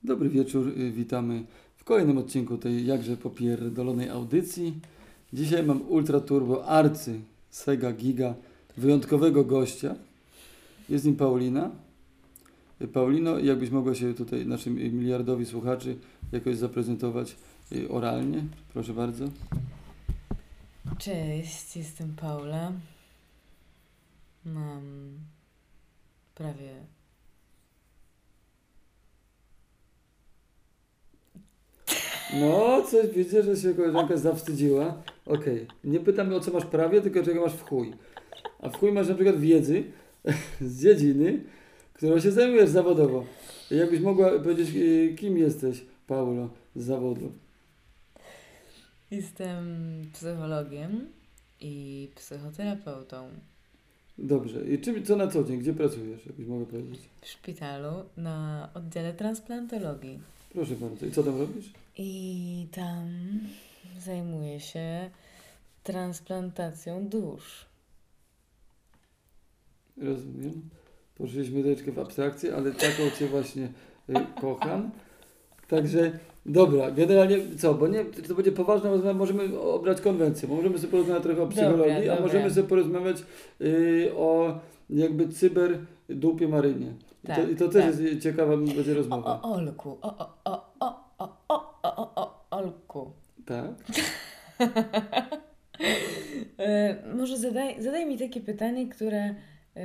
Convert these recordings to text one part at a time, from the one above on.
Dobry wieczór, witamy w kolejnym odcinku tej jakże popierdolonej audycji. Dzisiaj mam ultra turbo arcy Sega Giga wyjątkowego gościa. Jest nim Paulina. Paulino, jakbyś mogła się tutaj naszym miliardowi słuchaczy jakoś zaprezentować oralnie? Proszę bardzo. Cześć, jestem Paula. Mam prawie... No, coś widzę, że się koleżanka zawstydziła. Okej. Nie pytamy, o co masz prawie, tylko czego masz w chuj. A w chuj masz na przykład wiedzy z dziedziny, którą się zajmujesz zawodowo. Jakbyś mogła powiedzieć, kim jesteś, Paulo, z zawodu? Jestem psychologiem i psychoterapeutą Dobrze. I co na co dzień? Gdzie pracujesz, jakbyś mogła powiedzieć? w szpitalu na oddziale transplantologii. Proszę bardzo. I co tam robisz? I tam zajmuję się transplantacją dusz. Rozumiem. Poszliśmy troszeczkę w abstrakcję, ale taką Cię właśnie kocham. Także, dobra, generalnie co, bo nie, to będzie poważna rozmowa, możemy obrać konwencję, bo możemy sobie porozmawiać trochę o psychologii, Dobra. a możemy sobie porozmawiać o jakby cyberdupie Marynie. I to też jest ciekawa będzie rozmowa. O Olku, Olku. Tak? Może zadaj mi takie pytanie, które...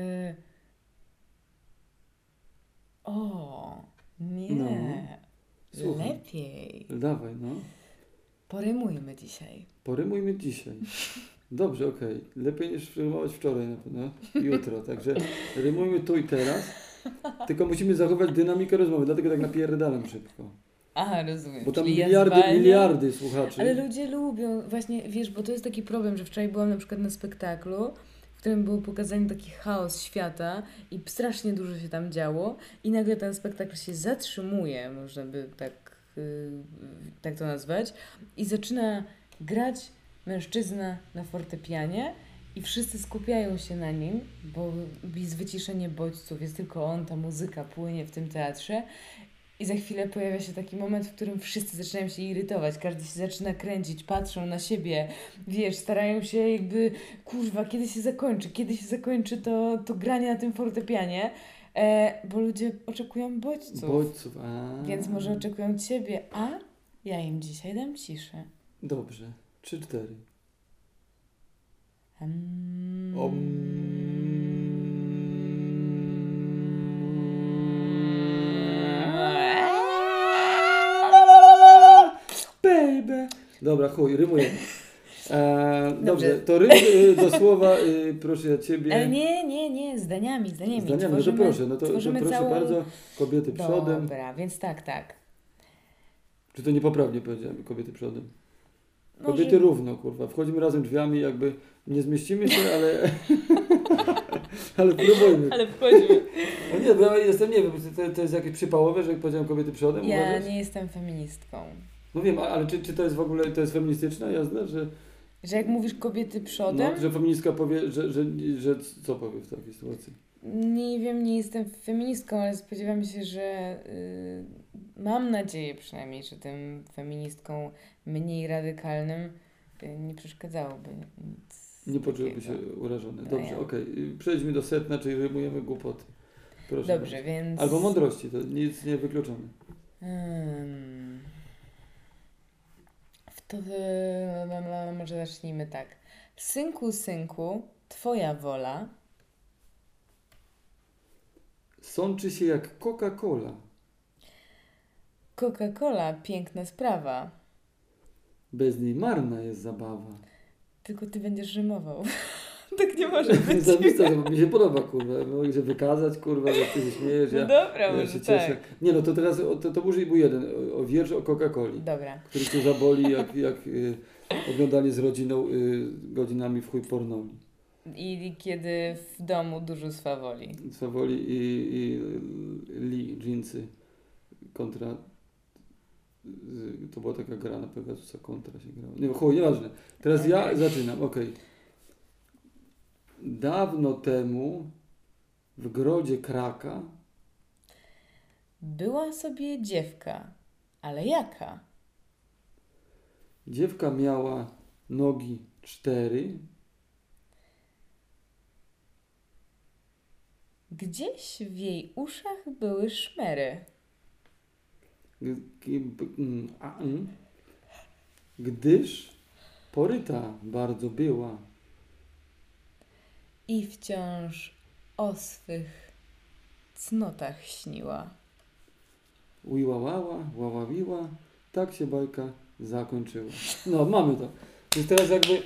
nie. No. Słucham. Lepiej. Dawaj, no. Porymujmy dzisiaj. Porymujmy dzisiaj. Dobrze, okej. Lepiej niż rymować wczoraj na pewno. Jutro, także rymujmy tu i teraz. Tylko musimy zachować dynamikę rozmowy, dlatego tak napierdalam szybko. Aha, rozumiem. Bo tam Czyli miliardy słuchaczy. Ale ludzie lubią, właśnie, wiesz, bo to jest taki problem, że wczoraj byłam na przykład na spektaklu, w którym był pokazany taki chaos świata i strasznie dużo się tam działo i nagle ten spektakl się zatrzymuje, można by tak to nazwać, i zaczyna grać mężczyzna na fortepianie i wszyscy skupiają się na nim, bo jest wyciszenie bodźców, jest tylko on, ta muzyka płynie w tym teatrze. I za chwilę pojawia się taki moment, w którym wszyscy zaczynają się irytować, każdy się zaczyna kręcić, patrzą na siebie, wiesz, starają się jakby, kurwa, kiedy się zakończy to granie na tym fortepianie, bo ludzie oczekują bodźców. Więc może oczekują ciebie, a ja im dzisiaj dam ciszę. Dobrze. 3-4. Baby. Dobra, chuj, rymujemy. Dobrze, to rym do słowa, proszę ja Ciebie. Ale nie, zdaniami. Zdaniami, no to proszę, to proszę całą... bardzo, kobiety przodem. Dobra, więc tak. Czy to niepoprawnie powiedziałem, kobiety przodem? Kobiety równo, kurwa. Wchodzimy razem drzwiami, jakby nie zmieścimy się, ale... ale próbujmy. Ale wchodzimy. No nie, bo ja jestem, nie wiem, to jest jakieś przypałowe, że jak powiedziałem kobiety przodem? Ja uważasz? nie jestem feministką. No wiem, ale czy to jest w ogóle, to jest feministyczna jazda, że... Że jak mówisz kobiety przodem? No, że feministka powie, że co powie w takiej sytuacji? Nie wiem, nie jestem feministką, ale spodziewam się, że mam nadzieję przynajmniej, że tym feministkom mniej radykalnym nie przeszkadzałoby nic. Nie poczułyby się urażone. Dobrze, okej. Przejdźmy do sedna, czyli rymujemy głupoty. Proszę Dobrze, bardzo. więc... Albo mądrości, to nic nie wykluczone. Może zacznijmy tak. Synku, twoja wola. Sączy się jak Coca-Cola. Coca-Cola, piękna sprawa. Bez niej marna jest zabawa. Tylko ty będziesz rymował. Tak nie może być. Zabista, mi się podoba, kurwa. Mogę się wykazać, kurwa, jak ty się śmiejesz. No dobra, ja może się cieszę. tak. Nie no, to teraz, to użyj był jeden, o wiersz o Coca-Coli. Dobra. Który cię zaboli, jak oglądanie z rodziną godzinami w chuj pornoli. I kiedy w domu dużo swawoli. Swawoli i Lee, Jeansy kontra... To była taka gra na Pegasusa kontra się grała. Nie, chuj, nieważne. Teraz ja zaczynam, okej. Dawno temu w grodzie Kraka Była sobie dziewka, ale jaka? Dziewka miała nogi 4. Gdzieś w jej uszach były szmery. Gdyż poryta bardzo była. I wciąż o swych cnotach śniła. Ujłałała, łaławiła. Tak się bajka zakończyła. No, mamy to. Więc teraz jakby...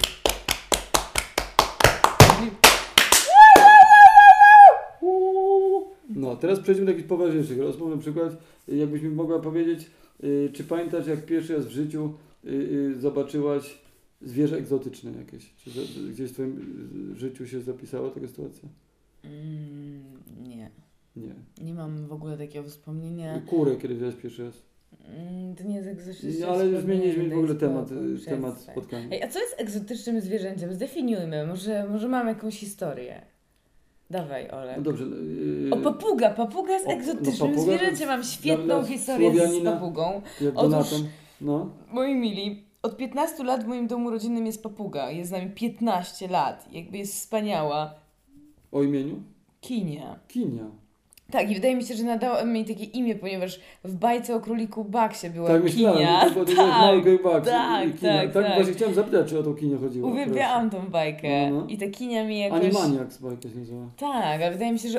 No, teraz przejdźmy do jakichś poważniejszych rozmów. Na przykład, jakbyś mi mogła powiedzieć, czy pamiętasz, jak pierwszy raz w życiu zobaczyłaś zwierzę egzotyczne jakieś? Czy gdzieś w twoim życiu się zapisała taka sytuacja? Nie. Nie. Nie mam w ogóle takiego wspomnienia. Kurę kiedy widziałeś pierwszy raz? To nie jest egzotyczne. Ale już zmieniliśmy w ogóle temat Przestań. spotkania. Ej, a co jest egzotycznym zwierzęciem? Zdefiniujmy. Może mam jakąś historię. Dawaj, Olek. No dobrze. O, papuga. Papuga jest egzotycznym papuga zwierzęciem. Mam świetną dla historię z Słowianina, papugą. Jak Otóż- Donatem. No. Moi mili, od 15 lat w moim domu rodzinnym jest papuga. Jest z nami 15 lat. Jakby jest wspaniała. O imieniu? Kinia. Kinia. Tak, i wydaje mi się, że nadałem jej takie imię, ponieważ w bajce o króliku Baksie była Tak myślałem, Kinia. że to było mały gejbak. tak, Kinia. tak. Właśnie chciałem zapytać, czy o tą Kinię chodziło. Uwielbiałam tą bajkę. No. I ta Kinia mi jakoś... Animaniacs bajka się nazywa. Tak, ale wydaje mi się, że...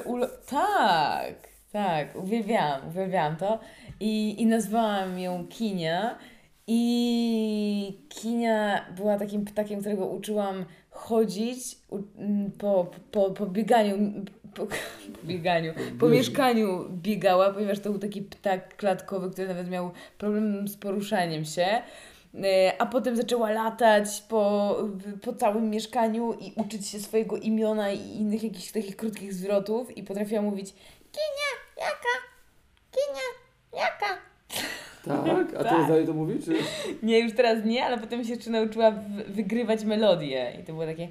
Tak, uwielbiałam to. I nazwałam ją Kinia. I Kinia była takim ptakiem, którego uczyłam chodzić po bieganiu, po mieszkaniu biegała, ponieważ to był taki ptak klatkowy, który nawet miał problem z poruszaniem się. A potem zaczęła latać po całym mieszkaniu i uczyć się swojego imiona i innych jakichś takich krótkich zwrotów i potrafiła mówić Kinia, jaka? Kinia, jaka? Tak? A Tak. teraz dalej to mówi, czy? Nie, już teraz nie, ale potem się jeszcze nauczyła wygrywać melodię i to było takie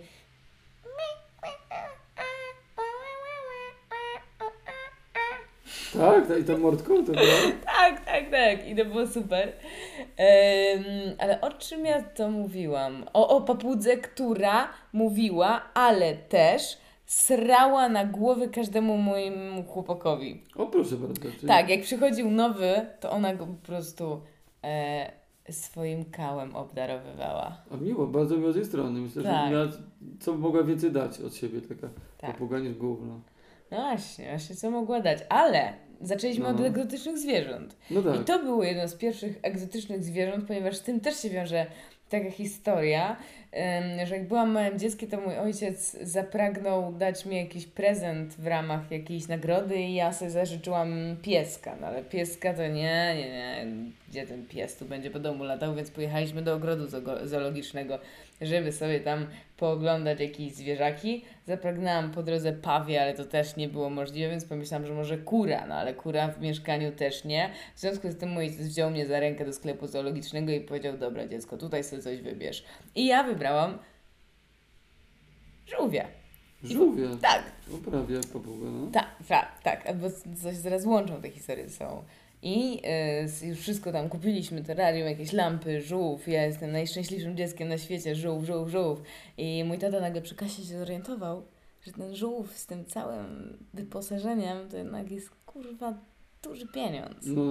Tak? I to mordką to było? tak i to było super. Ale o czym ja to mówiłam? O papudze, która mówiła, ale też srała na głowy każdemu mojemu chłopakowi. O, proszę bardzo. Czyli... Tak, jak przychodził nowy, to ona go po prostu swoim kałem obdarowywała. A miło, bardzo miło z jej strony. Myślę, Tak. że miała, co mogła więcej dać od siebie, taka Tak. papuga niż gówno. No właśnie, co mogła dać. Ale zaczęliśmy od No. egzotycznych zwierząt. No tak. I to było jedno z pierwszych egzotycznych zwierząt, ponieważ z tym też się wiąże taka historia, że jak byłam małym dzieckiem, to mój ojciec zapragnął dać mi jakiś prezent w ramach jakiejś nagrody i ja sobie zażyczyłam pieska. No ale pieska to nie, gdzie ten pies tu będzie po domu latał, więc pojechaliśmy do ogrodu zoologicznego, żeby sobie tam pooglądać jakieś zwierzaki. Zapragnęłam po drodze pawie, ale to też nie było możliwe, więc pomyślałam, że może kura, no ale kura w mieszkaniu też nie. W związku z tym mój ojciec wziął mnie za rękę do sklepu zoologicznego i powiedział, dobra dziecko, tutaj sobie coś wybierz. I ja wybrałam żółwia. Żółwie. Tak. No prawie jak papuga, no. Tak, bo coś zaraz łączą te historie ze sobą. I już wszystko tam kupiliśmy, terrarium, jakieś lampy, żółw. Ja jestem najszczęśliwszym dzieckiem na świecie, żółw. I mój tata nagle przy kasie się zorientował, że ten żółw z tym całym wyposażeniem to jednak jest kurwa duży pieniądz. No.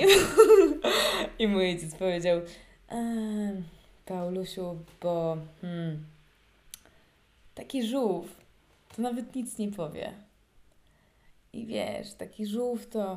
I mój ojciec powiedział, Paulusiu, bo taki żółw to nawet nic nie powie. I wiesz, taki żółw to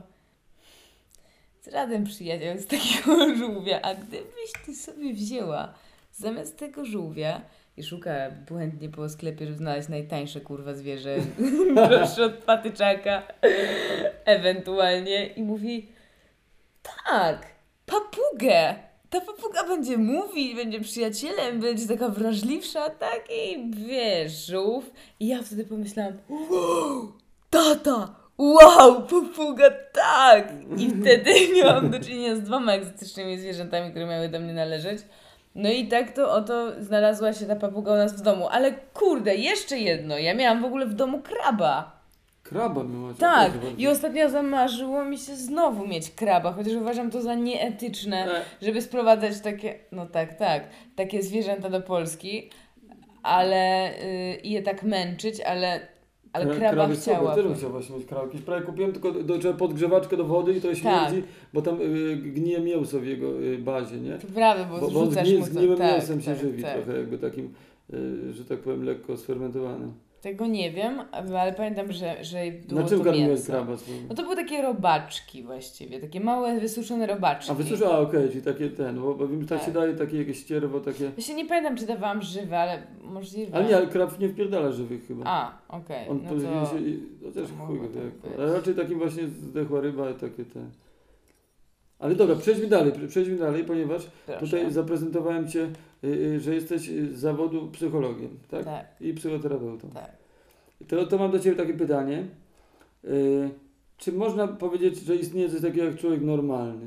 żaden przyjaciel z takiego żółwia, a gdybyś ty sobie wzięła zamiast tego żółwia i szuka błędnie po sklepie, żeby znaleźć najtańsze kurwa zwierzę, droższe od patyczaka, ewentualnie i mówi tak, papugę! Ta papuga będzie mówić, będzie przyjacielem, będzie taka wrażliwsza, taki, wiesz, żółw. I ja wtedy pomyślałam, wow, tata, wow, papuga, tak! I wtedy miałam do czynienia z 2 egzotycznymi zwierzętami, które miały do mnie należeć. No i tak to oto znalazła się ta papuga u nas w domu. Ale kurde, jeszcze jedno, ja miałam w ogóle w domu kraba. Kraba miała. Tak, i ostatnio zamarzyło mi się znowu mieć kraba, chociaż uważam to za nieetyczne, żeby sprowadzać takie, no tak, takie zwierzęta do Polski, ale i je tak męczyć, ale kraba kraby chciałabym. Też bym chciał właśnie mieć krabki. Prawie kupiłem tylko trzeba podgrzewaczkę do wody i to śmierdzi, bo tam gnije mięso w jego bazie, nie? To prawda, bo on zrzucasz mu to. zgniłym mięsem się tak, żywi, tak. trochę jakby takim, że tak powiem, lekko sfermentowanym. Tego nie wiem, ale pamiętam, że było na czym to karmiłeś mięso. kraba? No to były takie robaczki właściwie, takie małe, wysuszone robaczki. Okej, czyli takie bo wiem, że tak się daje takie jakieś ścierwo, takie... Ja się nie pamiętam, czy dawałam żywe, ale możliwe. Ale nie, ale krab nie wpierdala żywych chyba. Okej. On No to też to chuj, mogło tak być. ale raczej takim właśnie zdechła ryba, takie te... Ale dobra, przejdźmy dalej, ponieważ Proszę. tutaj zaprezentowałem Cię, że jesteś z zawodu psychologiem, tak? Tak. I psychoterapeutą. Tak. To mam do Ciebie takie pytanie. Czy można powiedzieć, że istnieje coś takiego jak człowiek normalny?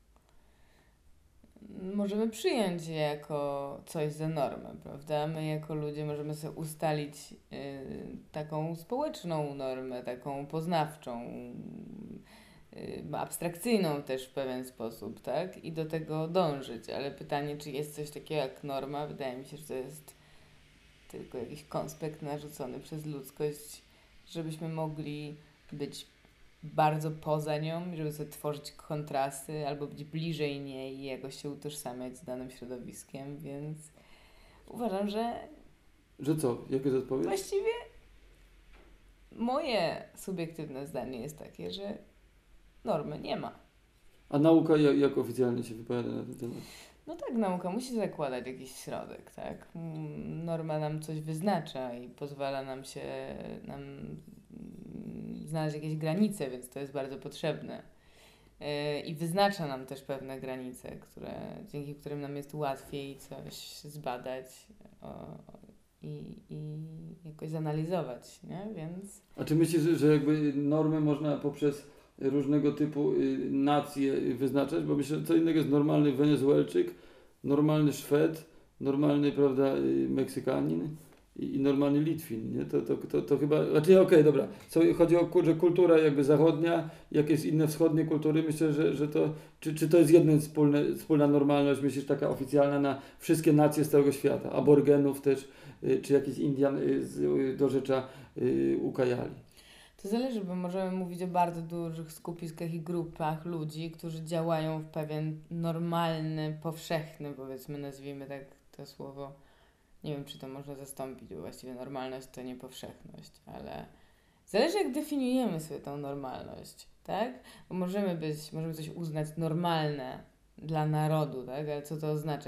Możemy przyjąć je jako coś za normę, prawda? My jako ludzie możemy sobie ustalić taką społeczną normę, taką poznawczą, abstrakcyjną też w pewien sposób, tak? I do tego dążyć, ale pytanie, czy jest coś takiego jak norma, wydaje mi się, że to jest tylko jakiś konspekt narzucony przez ludzkość, żebyśmy mogli być bardzo poza nią, żeby sobie tworzyć kontrasty albo być bliżej niej i jakoś się utożsamiać z danym środowiskiem, więc uważam, że... Że co? Jaka jest odpowiedź? Właściwie moje subiektywne zdanie jest takie, że normy nie ma. A nauka jak oficjalnie się wypowiada na ten temat? No tak, nauka musi zakładać jakiś środek, tak? Norma nam coś wyznacza i pozwala nam znaleźć jakieś granice, więc to jest bardzo potrzebne. I wyznacza nam też pewne granice, dzięki którym nam jest łatwiej coś zbadać i jakoś zanalizować, nie? Więc... A czy myślisz, że jakby normy można poprzez różnego typu nacje wyznaczać? Bo myślę, że co innego jest normalny Wenezuelczyk, normalny Szwed, normalny, prawda, Meksykanin i normalny Litwin, nie? To chyba... Znaczy, okej, dobra. Chodzi o że kultura jakby zachodnia, jakieś inne wschodnie kultury, myślę, że to... Czy to jest jedna wspólna normalność, myślisz, taka oficjalna na wszystkie nacje z całego świata? Aborygenów też, czy jakichś Indian do rzecza ukajali? To zależy, bo możemy mówić o bardzo dużych skupiskach i grupach ludzi, którzy działają w pewien normalny, powszechny, powiedzmy, nazwijmy tak to słowo. Nie wiem, czy to można zastąpić, bo właściwie normalność to nie powszechność, ale zależy, jak definiujemy sobie tą normalność, tak? Bo możemy coś uznać normalne dla narodu, tak? Ale co to oznacza?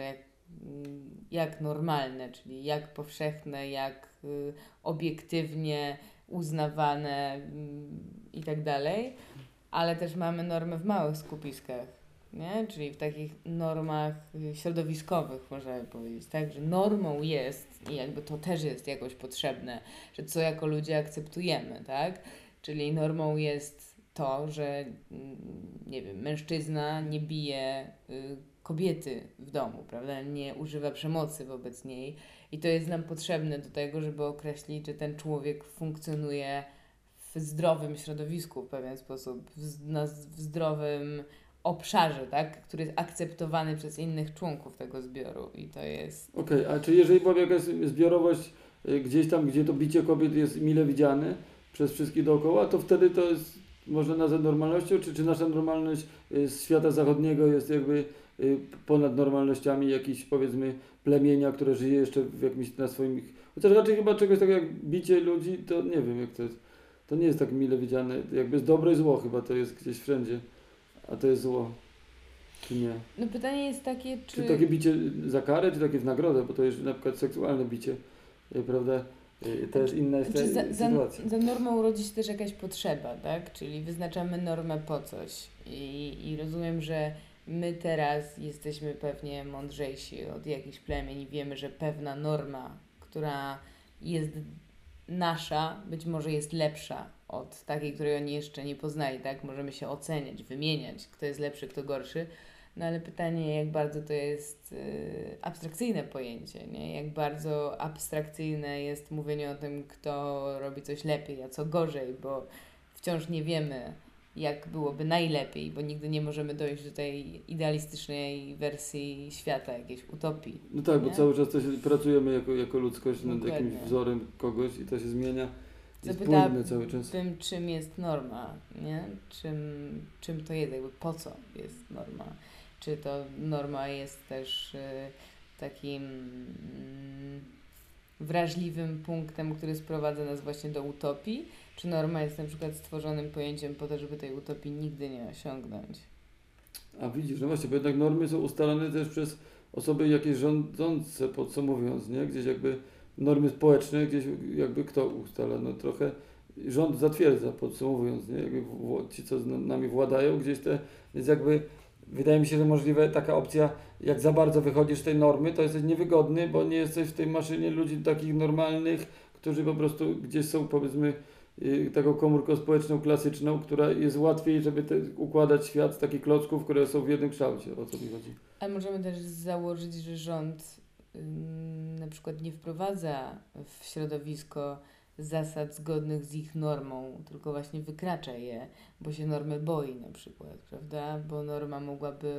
Jak normalne, czyli jak powszechne, jak obiektywnie uznawane i tak dalej, ale też mamy normy w małych skupiskach, nie? Czyli w takich normach środowiskowych, możemy powiedzieć, tak? Że normą jest, i jakby to też jest jakoś potrzebne, że co jako ludzie akceptujemy, tak? Czyli normą jest to, że nie wiem, mężczyzna nie bije kobiety w domu, prawda? Nie używa przemocy wobec niej i to jest nam potrzebne do tego, żeby określić, że ten człowiek funkcjonuje w zdrowym środowisku w pewien sposób, w zdrowym obszarze, tak? Który jest akceptowany przez innych członków tego zbioru i to jest... Okej, a czy jeżeli byłaby jakaś zbiorowość gdzieś tam, gdzie to bicie kobiet jest mile widziane przez wszystkich dookoła, to wtedy to jest, można nazwać normalnością, czy nasza normalność z świata zachodniego jest jakby ponad normalnościami jakichś, powiedzmy, plemienia, które żyje jeszcze w jakimś na swoim... Chociaż raczej chyba czegoś takiego jak bicie ludzi, to nie wiem jak to jest. To nie jest tak mile widziane. Jakby jest dobre i zło chyba to jest gdzieś wszędzie. A to jest zło. Czy nie? No pytanie jest takie, Czy takie bicie za karę, czy takie w nagrodę, bo to jest na przykład seksualne bicie, prawda? To jest inna sytuacja. Za normą rodzi się też jakaś potrzeba, tak? Czyli wyznaczamy normę po coś. I rozumiem, że my teraz jesteśmy pewnie mądrzejsi od jakichś plemień i wiemy, że pewna norma, która jest nasza, być może jest lepsza od takiej, której oni jeszcze nie poznali, tak? Możemy się oceniać, wymieniać, kto jest lepszy, kto gorszy, No ale pytanie, jak bardzo to jest abstrakcyjne pojęcie, nie? Jak bardzo abstrakcyjne jest mówienie o tym, kto robi coś lepiej, a co gorzej, bo wciąż nie wiemy, jak byłoby najlepiej, bo nigdy nie możemy dojść do tej idealistycznej wersji świata, jakiejś utopii. No tak, nie? bo cały czas pracujemy jako ludzkość nad Dokładnie. jakimś wzorem kogoś i to się zmienia. Jest Zapytałabym, płynne cały czas. czym jest norma, nie? Czym to jest, jakby po co jest norma? Czy to norma jest też takim wrażliwym punktem, który sprowadza nas właśnie do utopii? Czy norma jest na przykład stworzonym pojęciem po to, żeby tej utopii nigdy nie osiągnąć? A widzisz, no właśnie, bo jednak normy są ustalane też przez osoby jakieś rządzące, podsumowując, nie? Gdzieś jakby normy społeczne, gdzieś jakby kto ustala? No trochę rząd zatwierdza, podsumowując, nie? Jakby ci, co nami władają, gdzieś więc jakby wydaje mi się, że możliwe taka opcja, jak za bardzo wychodzisz z tej normy, to jesteś niewygodny, bo nie jesteś w tej maszynie ludzi takich normalnych, którzy po prostu gdzieś są, powiedzmy, taką komórką społeczną klasyczną, która jest łatwiej, żeby układać świat z takich klocków, które są w jednym kształcie. O co mi chodzi? A możemy też założyć, że rząd na przykład nie wprowadza w środowisko zasad zgodnych z ich normą, tylko właśnie wykracza je, bo się normy boi na przykład, prawda? Bo norma mogłaby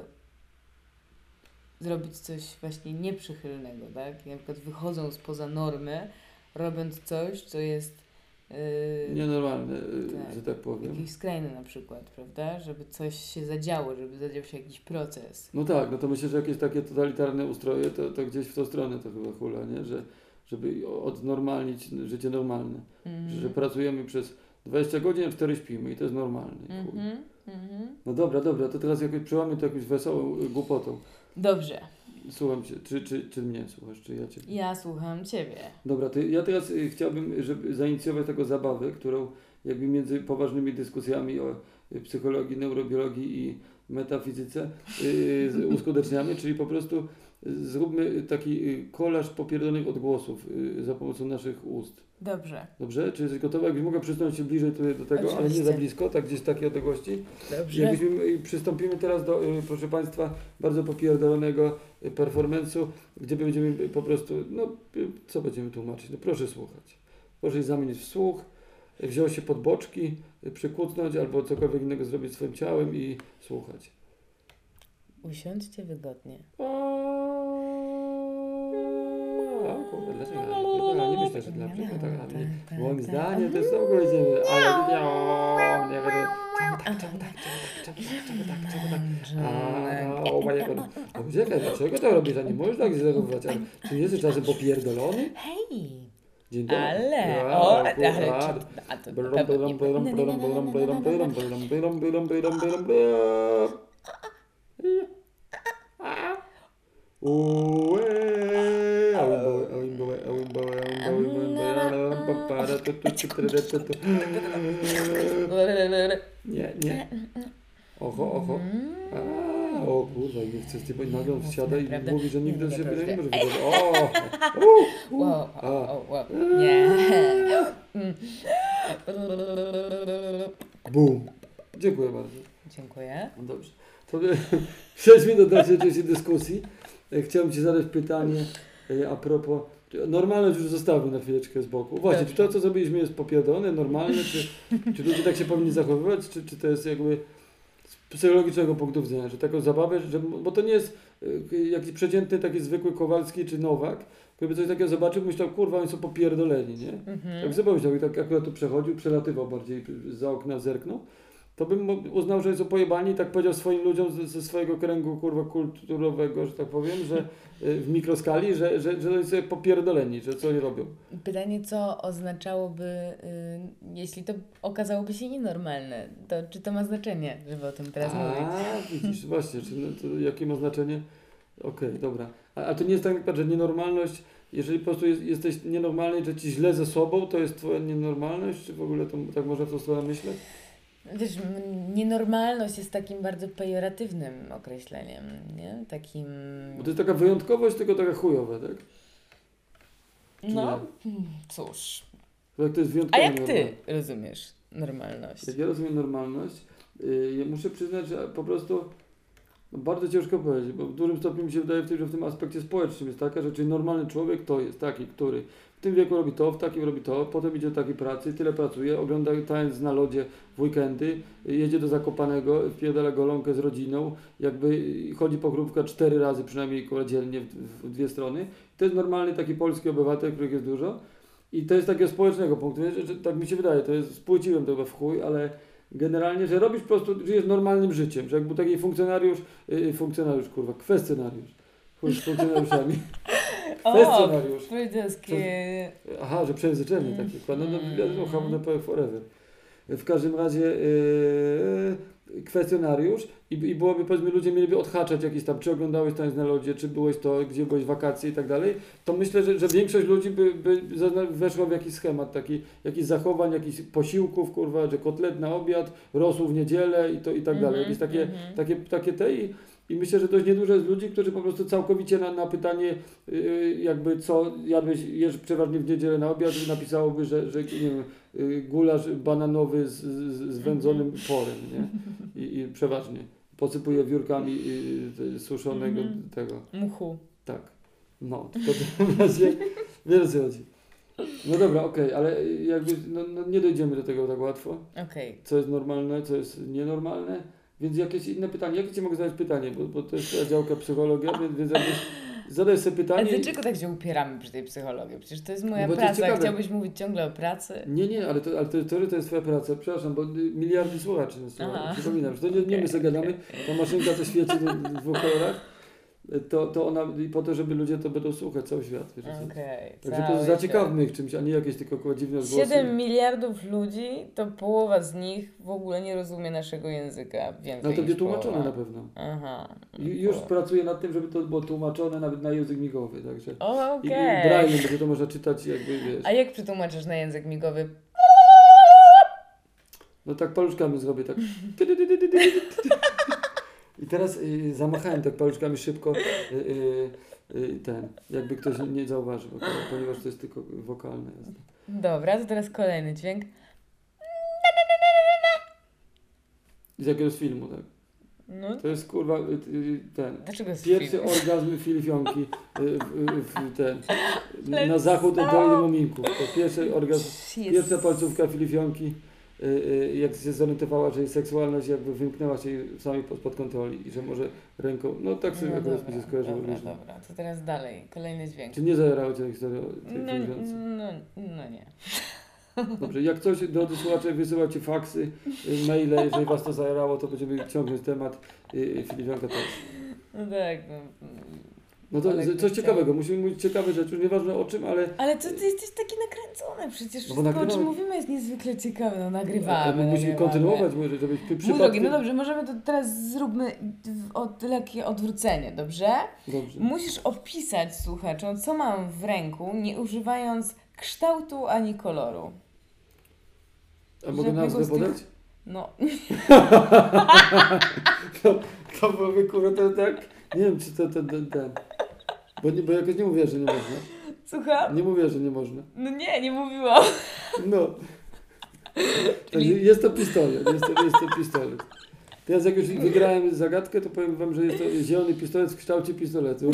zrobić coś właśnie nieprzychylnego, tak? I na przykład wychodzą spoza normy, robiąc coś, co jest Nienormalne, tak, że tak powiem. jakieś skrajne na przykład, prawda? Żeby coś się zadziało, żeby zadział się jakiś proces. No tak, no to myślę, że jakieś takie totalitarne ustroje, to gdzieś w tą stronę to chyba hula, nie? Żeby odnormalnić życie normalne. Że pracujemy przez 20 godzin, a 4 śpimy i to jest normalne. No dobra, to teraz jakoś przełamy to jakąś wesołą głupotą. Dobrze. Słucham cię, czy mnie słuchasz, czy ja cię? Ja słucham Ciebie. Dobra, to ja teraz chciałbym, żeby zainicjować taką zabawę, którą jakby między poważnymi dyskusjami o psychologii, neurobiologii i metafizyce uskuteczniamy, czyli po prostu zróbmy taki kolaż popierdolonych odgłosów za pomocą naszych ust. Dobrze. Dobrze? Czy jesteś gotowa? Jakbyś mogła przysunąć się bliżej tutaj do tego, ale nie Oczywiście. za blisko, tak gdzieś w takiej odległości. Dobrze. Przystąpimy teraz do, proszę Państwa, bardzo popierdolonego performance'u, gdzie będziemy po prostu, co będziemy tłumaczyć? No proszę słuchać. Proszę się zamienić w słuch, wziąć się pod boczki, przykucnąć albo cokolwiek innego zrobić swoim ciałem i słuchać. Usiądźcie wygodnie. Kurde, dlaczego? Nie myślę, że dla mnie tak. Moim zdaniem to jest całkowicie, ale nie wiem. Czekaj, dlaczego to robisz? A nie możesz tak zachowywać? Czy nie jesteś czasem popierdolony? Hej! Dzień dobry. Nie. Oho. O kurwa, nie chcę z tym, nagle wsiada i mówi, że nigdy się nie może wydarzyć. Wow. Nie. Bum. Dziękuję bardzo. Dziękuję. No dobrze. To przejdźmy do dalszej części dyskusji. Chciałem Ci zadać pytanie a propos. Normalność już zostawmy na chwileczkę z boku. Właśnie, czy to, co zrobiliśmy, jest popierdolone, normalne, czy ludzie tak się powinni zachowywać, czy to jest jakby z psychologicznego punktu widzenia, że taką zabawę, bo to nie jest jakiś przeciętny, taki zwykły Kowalski czy Nowak, gdyby coś takiego zobaczył, myślał, kurwa, oni są popierdoleni, nie? Jak sobie myślał i tak akurat tu przechodził, przelatywał bardziej za okna, zerknął, to bym uznał, że są pojebani i tak powiedział swoim ludziom ze swojego kręgu, kurwa, kulturowego, że tak powiem, że w mikroskali, że oni są popierdoleni, że co oni robią. Pytanie, co oznaczałoby, jeśli to okazałoby się nienormalne, to czy to ma znaczenie, żeby o tym teraz mówić? Widzisz, właśnie, to jakie ma znaczenie? Okej, dobra. A to nie jest tak, że nienormalność, jeżeli po prostu jesteś nienormalny, że ci źle ze sobą, to jest twoja nienormalność, czy w ogóle to tak można w tą stronę myśleć? Wiesz, nienormalność jest takim bardzo pejoratywnym określeniem, nie? Takim... Bo to jest taka wyjątkowość, tylko taka chujowa, tak? No, cóż. Jak to jest A wyjątkowa jak Ty rozumiesz normalność? Jak ja rozumiem normalność, ja muszę przyznać, że po prostu No, bardzo ciężko powiedzieć, bo w dużym stopniu mi się wydaje, że w tym aspekcie społecznym jest taka, że czyli normalny człowiek to jest taki, który w tym wieku robi to, w takim robi to, potem idzie do takiej pracy, tyle pracuje, ogląda tańc na lodzie w weekendy, jedzie do Zakopanego, wpierdala golonkę z rodziną, jakby chodzi po chrupka 4 razy przynajmniej dziennie w dwie strony. To jest normalny taki polski obywatel, których jest dużo. I to jest takiego społecznego punktu, że tak mi się wydaje, to jest, spłyciłem to w chuj, ale generalnie, że robisz po prostu, żyjesz normalnym życiem, że jak był taki kwestionariusz, chuj z funkcjonariuszami, kwestionariusz. Freudiańskie... Aha, że przejęzyczenie takie, no have forever. W każdym razie kwestionariusz i byłoby, powiedzmy, ludzie mieliby odhaczać jakiś tam, czy oglądałeś tańc na lodzie, czy byłeś to, gdzie byłeś w wakacje i tak dalej, to myślę, że większość ludzi by weszła w jakiś schemat taki, jakichś zachowań, jakichś posiłków, kurwa, że kotlet na obiad, rosół w niedzielę i tak dalej. Jakieś takie i myślę, że dość niedużo jest ludzi, którzy po prostu całkowicie na pytanie, jakby co jesz przeważnie w niedzielę na obiad, napisałoby, że nie wiem, gulasz bananowy z wędzonym porem, nie? I przeważnie posypuje wiórkami suszonego tego. Muchu. Tak. No, tylko w razie, wiesz o co chodzi. No dobra, okej, ale jakby nie dojdziemy do tego tak łatwo. Okej. Co jest normalne, co jest nienormalne. Więc jakieś inne pytanie. Jakie Ci mogę zadać pytanie? Bo to jest twoja działka psychologia, więc jakbyś zadaj sobie pytanie. Ale dlaczego tak się upieramy przy tej psychologii? Przecież to jest moja No praca. ciekawe. Chciałbyś mówić ciągle o pracy? Nie, ale to jest twoja praca. Przepraszam, bo miliardy słuchaczy nas słucha. Przypominam, że to nie my sobie gadamy. Ta maszynka, co świeci w dwóch kolorach, to ona i po to, żeby ludzie to będą słuchać, cały świat. Także to zaciekawmy ich czymś, a nie jakieś tylko dziwne głosy. 7 miliardów ludzi, to połowa z nich w ogóle nie rozumie naszego języka. No to będzie tłumaczone na pewno. Aha. Już pracuję nad tym, żeby to było tłumaczone nawet na język migowy. Także. I Okej. Braille'em będzie to można czytać, jakby wiesz. A jak przetłumaczysz na język migowy? No tak paluszkami zrobię, tak. I teraz zamachałem tak paluszkami szybko jakby ktoś nie zauważył, ponieważ to jest tylko wokalne. Dobra, to teraz kolejny dźwięk. Z jakiegoś filmu, tak. No. To jest kurwa Dlaczego jest pierwszy film? orgazm Filifionki na zachód od Doliny Muminków. To pierwszy orgazm, pierwsza palcówka Filifionki, jak się zorientowała, że jej seksualność jakby wymknęła się jej sami spod kontroli i że może ręką, no tak sobie akurat mi się skojarzyło. Dobra, to teraz dalej, kolejny dźwięk. Czy nie zajarało Cię historia tej Filifionce? No nie. Dobrze, jak coś, drodzy słuchacze, wysyłacie faksy, maile, jeżeli Was to zajarało, to będziemy ciągnąć temat, Filifionka też. No tak, No to coś ciekawego, musimy mówić ciekawe rzeczy, już nieważne o czym, ale... Ale to ty jesteś taki nakręcony, przecież No bo wszystko, o czym mówimy, jest niezwykle ciekawe, nagrywamy. Musimy kontynuować, może, żebyś Mój drogi, no dobrze, możemy to teraz zróbmy lekkie odwrócenie, dobrze? Dobrze. Musisz opisać słuchaczom, co mam w ręku, nie używając kształtu ani koloru. A mogę nazwę podać? No. To byłoby kurwa to tak... Nie wiem, czy to ten... Bo jakoś nie mówię, że nie można. Słucham? Nie mówię, że nie można. No nie mówiłam. No. Jest to pistolet, jest to pistolet. Teraz jak już wygrałem zagadkę, to powiem Wam, że jest to zielony pistolet w kształcie pistoletu.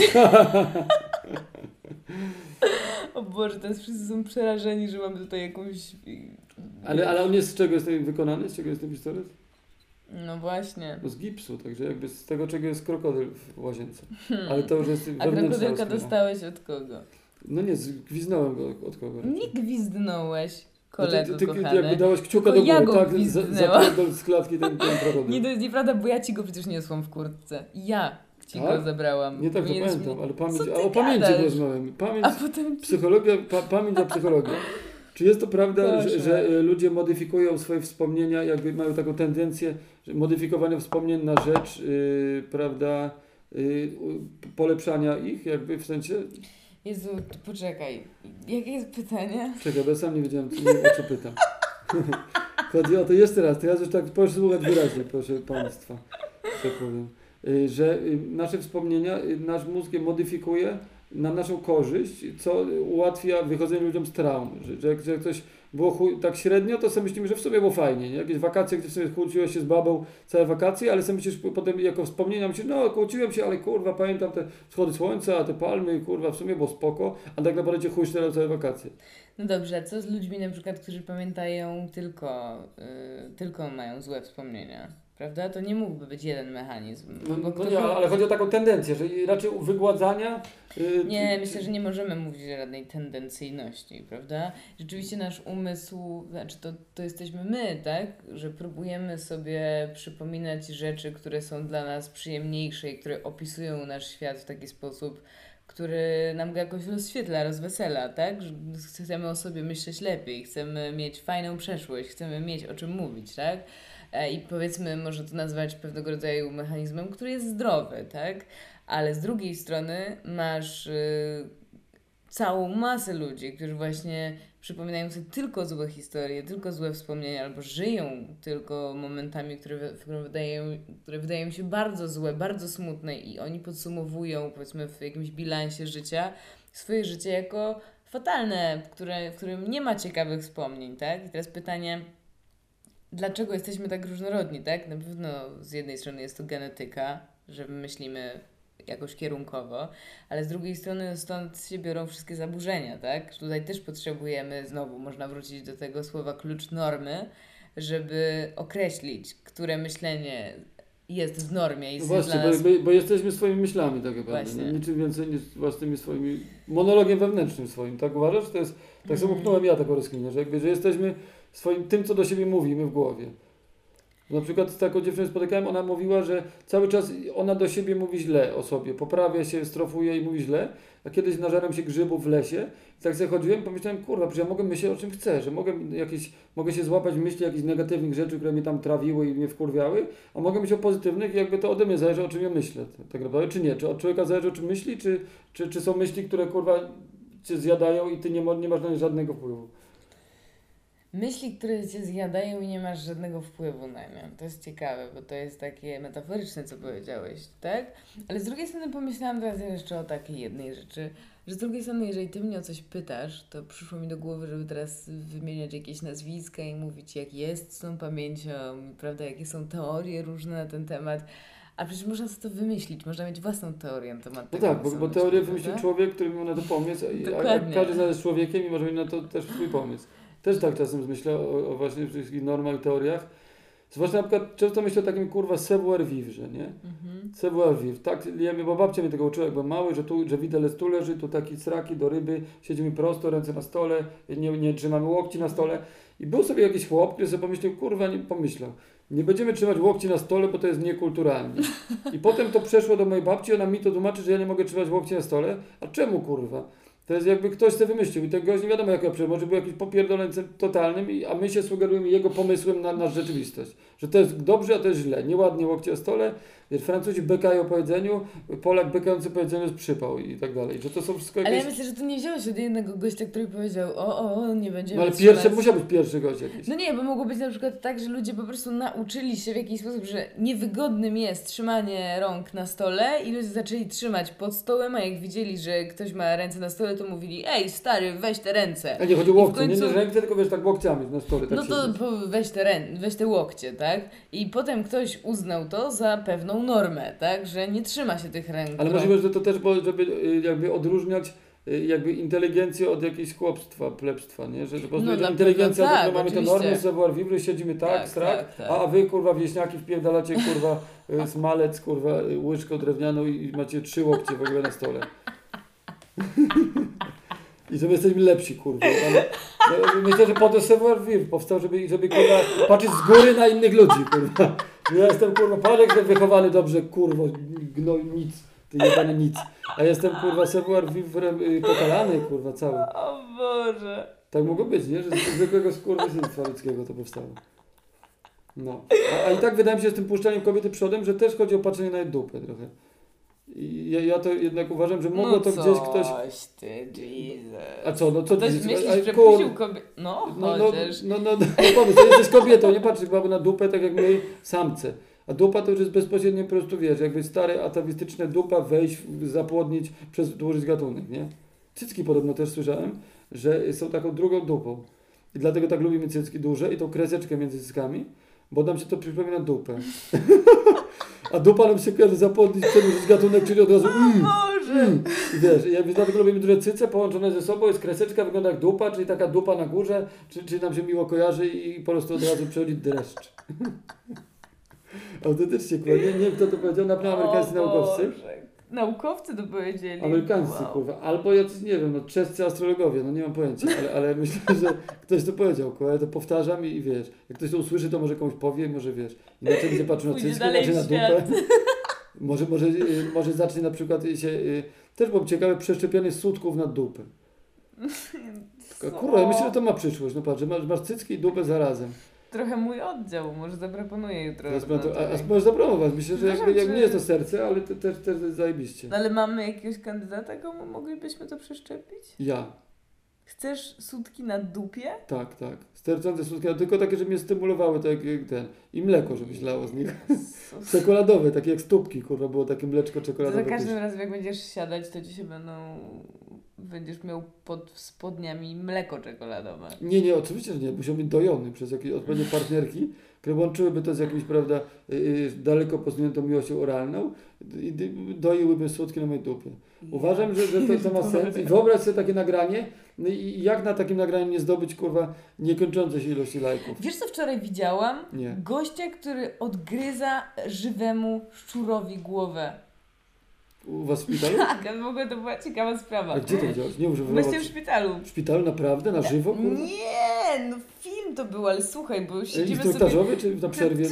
O Boże, teraz wszyscy są przerażeni, że mamy tutaj jakąś... Ale on jest z czego jest wykonany? Z czego jest ten pistolet? No właśnie. No z gipsu, także jakby z tego, czego jest krokodyl w łazience. Ale to już jest wewnętrzna A krokodylka rozkmina. dostałeś od kogo? No nie, gwiznąłem go od kogo. Nie gwizdnąłeś, No kolego ty kochany. jakby dałeś kciuka Tylko do ja góry, go tak? gwizdnęłam. Zapierdol z klatki ten krokodyl. Nie, to jest nieprawda, bo ja ci go przecież niosłam w kurtce. Ja ci Tak? go zabrałam. Nie tak, to Powinieneś pamiętam, mi- ale pamięć, Co ty o pamięci gadasz? rozmawiamy. Pamięć, A potem... psychologia, pamięć za psychologię. Czy jest to prawda, Proszę. że ludzie modyfikują swoje wspomnienia, jakby mają taką tendencję modyfikowania wspomnień na rzecz, prawda, polepszania ich, jakby w sensie... Jezu, poczekaj. Jakie jest pytanie? Czekaj, bo ja sam nie wiedziałem, o co pytam. Chodzi o to jeszcze raz, teraz już tak proszę słuchać wyraźnie, proszę Państwa, że powiem. Że nasze wspomnienia, nasz mózg je modyfikuje na naszą korzyść, co ułatwia wychodzenie ludziom z traum. Że jak ktoś było tak średnio, to sobie myślimy, że w sumie było fajnie, nie? Jakieś wakacje, gdzie sobie kłóciłeś się z babą całe wakacje, ale sobie myślisz potem jako wspomnienia, myślisz, no kłóciłem się, ale kurwa pamiętam te wschody słońca, te palmy, kurwa w sumie było spoko, a tak naprawdę cię chuj teraz całe wakacje. No dobrze, a co z ludźmi na przykład, którzy pamiętają tylko mają złe wspomnienia? Prawda? To nie mógłby być jeden mechanizm. No nie, ale chodzi o taką tendencję, że raczej wygładzania... Nie, myślę, że nie możemy mówić o żadnej tendencyjności, prawda? Rzeczywiście nasz umysł, znaczy to jesteśmy my, tak? Że próbujemy sobie przypominać rzeczy, które są dla nas przyjemniejsze i które opisują nasz świat w taki sposób, który nam go jakoś rozświetla, rozwesela, tak? Że chcemy o sobie myśleć lepiej, chcemy mieć fajną przeszłość, chcemy mieć o czym mówić, tak? I powiedzmy, może to nazwać pewnego rodzaju mechanizmem, który jest zdrowy, tak? Ale z drugiej strony masz całą masę ludzi, którzy właśnie przypominają sobie tylko złe historie, tylko złe wspomnienia, albo żyją tylko momentami, które wydają mi się bardzo złe, bardzo smutne i oni podsumowują, powiedzmy, w jakimś bilansie życia swoje życie jako fatalne, w którym nie ma ciekawych wspomnień, tak? I teraz pytanie, dlaczego jesteśmy tak różnorodni, tak? Na pewno z jednej strony jest to genetyka, że myślimy jakoś kierunkowo, ale z drugiej strony stąd się biorą wszystkie zaburzenia, tak? Tutaj też potrzebujemy, znowu można wrócić do tego słowa klucz normy, żeby określić, które myślenie jest w normie. No właśnie, bo jesteśmy swoimi myślami tak naprawdę. Niczym więcej niż własnymi swoimi monologiem wewnętrznym swoim, tak uważasz? To jest, tak samo pchnąłem ja taką rozkminę, że jesteśmy swoim tym, co do siebie mówimy w głowie. Na przykład z taką dziewczyną spotykałem, ona mówiła, że cały czas ona do siebie mówi źle o sobie, poprawia się, strofuje i mówi źle, a kiedyś nażarłem się grzybów w lesie i tak sobie chodziłem, pomyślałem, kurwa, przecież ja mogę myśleć o czym chcę, że mogę się złapać w myśli jakichś negatywnych rzeczy, które mnie tam trawiły i mnie wkurwiały, a mogę myśleć o pozytywnych i jakby to ode mnie zależy, o czym ja myślę, tak naprawdę, czy nie, czy od człowieka zależy, o czym myśli, czy są myśli, które kurwa cię zjadają i ty nie masz na nie żadnego wpływu. Myśli, które cię zjadają i nie masz żadnego wpływu na nie. To jest ciekawe, bo to jest takie metaforyczne, co powiedziałeś, tak? Ale z drugiej strony pomyślałam teraz jeszcze o takiej jednej rzeczy, że z drugiej strony, jeżeli ty mnie o coś pytasz, to przyszło mi do głowy, żeby teraz wymieniać jakieś nazwiska i mówić, jak jest z tą pamięcią, prawda, jakie są teorie różne na ten temat. A przecież można sobie to wymyślić, można mieć własną teorię na temat tego. No tak, bo teorię wymyślił człowiek, który miał na to pomysł, a każdy z nas jest człowiekiem i może mieć na to też swój pomysł. Też tak czasem myślę o właśnie wszystkich normach i teoriach. Zwłaszcza na przykład często myślę o takim kurwa savoir vivre, nie? Savoir vivre. Tak, bo babcia mnie tego uczyła, jak byłem mały, że widelec tu leży, tu taki sraki do ryby, siedzimy prosto, ręce na stole, nie trzymamy łokci na stole. I był sobie jakiś chłop, który sobie pomyślał, kurwa, nie pomyślał. Nie będziemy trzymać łokci na stole, bo to jest niekulturalne. I potem to przeszło do mojej babci, ona mi to tłumaczy, że ja nie mogę trzymać łokci na stole. A czemu kurwa? To jest jakby ktoś sobie wymyślił i tego gość nie wiadomo jak ja przyjął, może był jakiś popierdolęcym totalnym, a my się sugerujemy jego pomysłem na rzeczywistość. Że to jest dobrze, a to jest źle. Nieładnie łokcie o stole, Francuzi bekają po jedzeniu, Polak bekający po jedzeniu jest przypał i tak dalej. Że to są wszystko jakieś... Ale ja myślę, że to nie wzięło się od jednego gościa, który powiedział, nie będziemy No ale musiał być pierwszy gość jakiś. No nie, bo mogło być na przykład tak, że ludzie po prostu nauczyli się w jakiś sposób, że niewygodnym jest trzymanie rąk na stole i ludzie zaczęli trzymać pod stołem, a jak widzieli, że ktoś ma ręce na stole, to mówili, ej stary, weź te ręce. A nie chodzi o łokcie, końcu... nie ręce, tylko wiesz, tak łokciami na stole. Tak no to weź te łokcie, tak? I potem ktoś uznał to za pewną normę, tak? Że nie trzyma się tych ręk. Ale możliwe, że to też, żeby jakby odróżniać jakby inteligencję od jakiegoś chłopstwa, plebstwa, nie? Że po prostu inteligencja, tak, że mamy te normy, savoir vivre, siedzimy tak, strak, tak. A wy kurwa wieśniaki wpierdalacie kurwa smalec, kurwa łyżką drewnianą i macie 3 łokcie w ogóle na stole. I że my jesteśmy lepsi, kurwa. Myślę, że po to savoir vivre powstał, żeby kurwa patrzeć z góry na innych ludzi, kurwa. Ja jestem kurwa, patrz jak wychowany dobrze, kurwa, nic, ty jebany nic. A jestem kurwa savoir vivre pokalany, kurwa, cały. O Boże. Tak mogło być, nie? Że z zwykłego skurwysyństwa ludzkiego to powstało. No. A i tak wydaje mi się z tym puszczaniem kobiety przodem, że też chodzi o patrzenie na jej dupę trochę. I ja to jednak uważam, że mogło to gdzieś ktoś... ty, Jesus. A co, no co ktoś ty... myślisz, że puścił kobietę... chociaż... Pomysł, to jesteś kobietą, nie patrzysz chyba na dupę tak jak my samce. A dupa to już jest bezpośrednio po prostu, wiesz, jakby stare atawistyczne dupa wejść, zapłodnić, dłużyć gatunek, nie? Cycki podobno też słyszałem, że są taką drugą dupą. I dlatego tak lubimy cycki duże i tą kreseczkę między cyckami, bo nam się to przypomina dupę. A dupa nam się kojarzy zapodnić z gatunek, czyli od razu I wiesz, ja dlatego lubimy duże cyce połączone ze sobą, jest kreseczka, wygląda jak dupa, czyli taka dupa na górze, czyli nam się miło kojarzy i po prostu od razu przechodzi dreszcz. Autentycznie, kurwa, nie wiem kto to powiedział, na pewno amerykańscy naukowcy. Naukowcy to powiedzieli. Amerykańscy, kurwa, albo jacyś, nie wiem, czescy astrologowie, no nie mam pojęcia, ale myślę, że ktoś to powiedział, kurwa, ja to powtarzam i wiesz, jak ktoś to usłyszy, to może komuś powie, może wiesz, inaczej będzie patrzył na cycki, inaczej na dupę. Może zacznie na przykład się, też byłoby ciekawe, przeszczepianie sutków na dupę. Kurwa, ja myślę, że to ma przyszłość, no patrz, że masz cycki i dupę zarazem. Trochę mój oddział, może zaproponuję jutro. A możesz zaproponować, myślę, że jak nie jest to serce, ale też zajebiście. No ale mamy jakiegoś kandydata, komu moglibyśmy to przeszczepić? Ja. Chcesz sutki na dupie? Tak. Sterczące sutki, ale tylko takie, żeby mnie stymulowały, tak jak ten. I mleko, żeby ślało z nich. Czekoladowe, takie jak stópki, kurwa, było takie mleczko czekoladowe. Za każdym razem, jak będziesz siadać, to ci się będziesz miał pod spodniami mleko czekoladowe. Nie, oczywiście, że nie. Musiał być dojony przez jakieś odpowiednie partnerki, które łączyłyby to z jakimś, prawda, daleko posuniętą miłością oralną i doiłyby słodkie na mojej dupie. Uważam, że to ma sens. I wyobraź sobie takie nagranie, no i jak na takim nagraniu nie zdobyć, kurwa, niekończące się ilości lajków. Wiesz, co wczoraj widziałam? Nie. Gościa, który odgryza żywemu szczurowi głowę. U was w szpitalu? Tak, w ogóle to była ciekawa sprawa. A gdzie to widziałeś? Nie używam. Właśnie w szpitalu. W szpitalu naprawdę? Na żywo? Kurwa? Nie, no film to był, ale słuchaj, bo siedzimy instruktażowy czy na przerwie?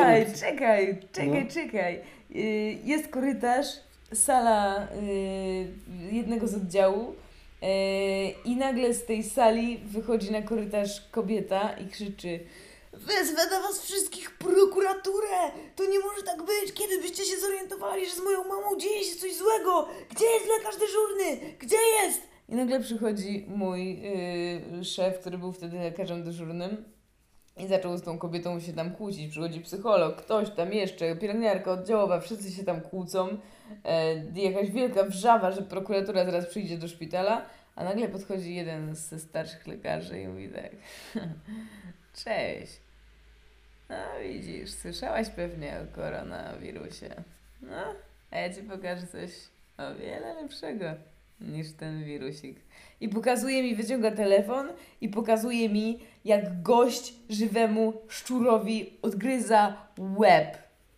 Czekaj. Jest korytarz, sala jednego z oddziału i nagle z tej sali wychodzi na korytarz kobieta i krzyczy: wezwę do was wszystkich prokuraturę! To nie może tak być! Kiedy byście się zorientowali, że z moją mamą dzieje się coś złego? Gdzie jest lekarz dyżurny? Gdzie jest? I nagle przychodzi mój szef, który był wtedy lekarzem dyżurnym i zaczął z tą kobietą się tam kłócić. Przychodzi psycholog, ktoś tam jeszcze, pielęgniarka oddziałowa, wszyscy się tam kłócą. Jakaś wielka wrzawa, że prokuratura zaraz przyjdzie do szpitala, a nagle podchodzi jeden ze starszych lekarzy i mówi tak: cześć. No widzisz, słyszałaś pewnie o koronawirusie. No, a ja ci pokażę coś o wiele lepszego niż ten wirusik. I pokazuje mi, wyciąga telefon i pokazuje mi, jak gość żywemu szczurowi odgryza łeb.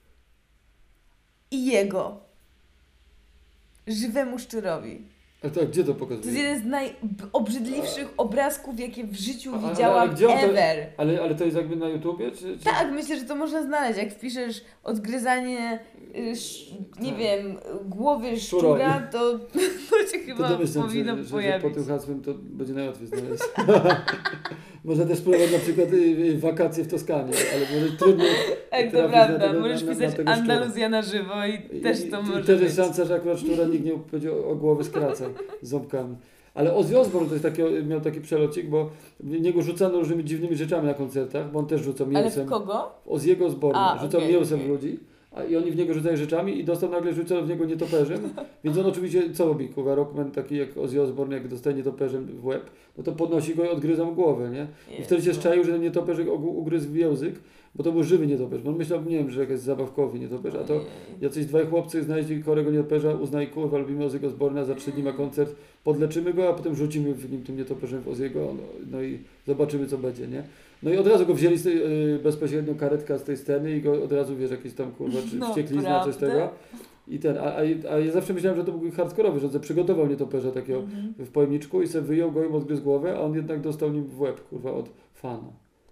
I jego. Żywemu szczurowi. A tak, gdzie to To pokazuje? jest jeden z najobrzydliwszych obrazków, jakie w życiu widziałam ever. Ale to jest jakby na YouTubie? Czy... Tak, myślę, że to można znaleźć. Jak wpiszesz odgryzanie, nie wiem, głowy szczura, to się chyba powinno pojawić. Że po tym hasłem to będzie najłatwiej znaleźć. Można też spróbować na przykład wakacje w Toskanii, ale może trudno. Tak, to prawda. Możesz pisać Andaluzja na żywo i też to może być. Też jest szansa, że akurat szczura nikt nie powiedział o głowę skraca z ząbkami. Ale Ozzy Osbourne to jest miał taki przelocik, bo w niego rzucano różnymi dziwnymi rzeczami na koncertach, bo on też rzucał mięsem. Ale w kogo? Ozzy'ego Osbourne. Rzucał mięsem w okay. ludzi. I oni w niego rzucają rzeczami i dostał nagle rzucano w niego nietoperzem, więc on oczywiście, co robi, kurwa, rockman taki jak Ozzy Osbourne, jak dostaje nietoperzem w łeb, no to podnosi go i odgryza mu głowę, nie? I wtedy się szczaił, że ten nietoperz ugryzł w język, bo to był żywy nietoperz. Bo on myślał, nie wiem, że jakaś zabawkowy nietoperz, a to jacyś dwaj chłopcy znaleźli chorego nietoperza, uznali, kurwa, lubimy Ozzy'ego Osbourne'a, za 3 dni ma koncert, podleczymy go, a potem rzucimy w nim tym nietoperzem w Ozzy'ego, no i zobaczymy, co będzie, nie? No i od razu go wzięli bezpośrednio karetka z tej sceny i go od razu, wiesz, jakiś tam, kurwa, czy wścieklizna, coś tego. I a ja zawsze myślałem, że to był hardkorowy, że przygotował nietoperza takiego w pojemniczku i sobie wyjął go i mu odgryzł głowę, a on jednak dostał nim w łeb, kurwa, od fana.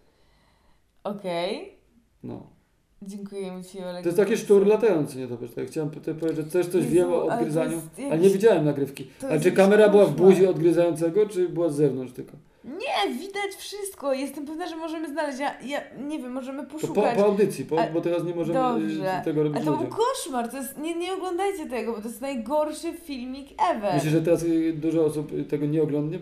Okej. No. Dziękujemy Ci, Olek. To jest taki szczur latający nietoperz. Tak? Chciałem powiedzieć, że też coś wiem o odgryzaniu, ale nie widziałem nagrywki. Ale czy kamera była w buzi odgryzającego, czy była z zewnątrz tylko? Nie, widać wszystko. Jestem pewna, że możemy znaleźć. Ja nie wiem, możemy poszukać. To po audycji, bo teraz nie możemy tego robić. Ale to był koszmar. To jest, nie oglądajcie tego, bo to jest najgorszy filmik ever. Myślę, że teraz dużo osób tego nie oglądnie?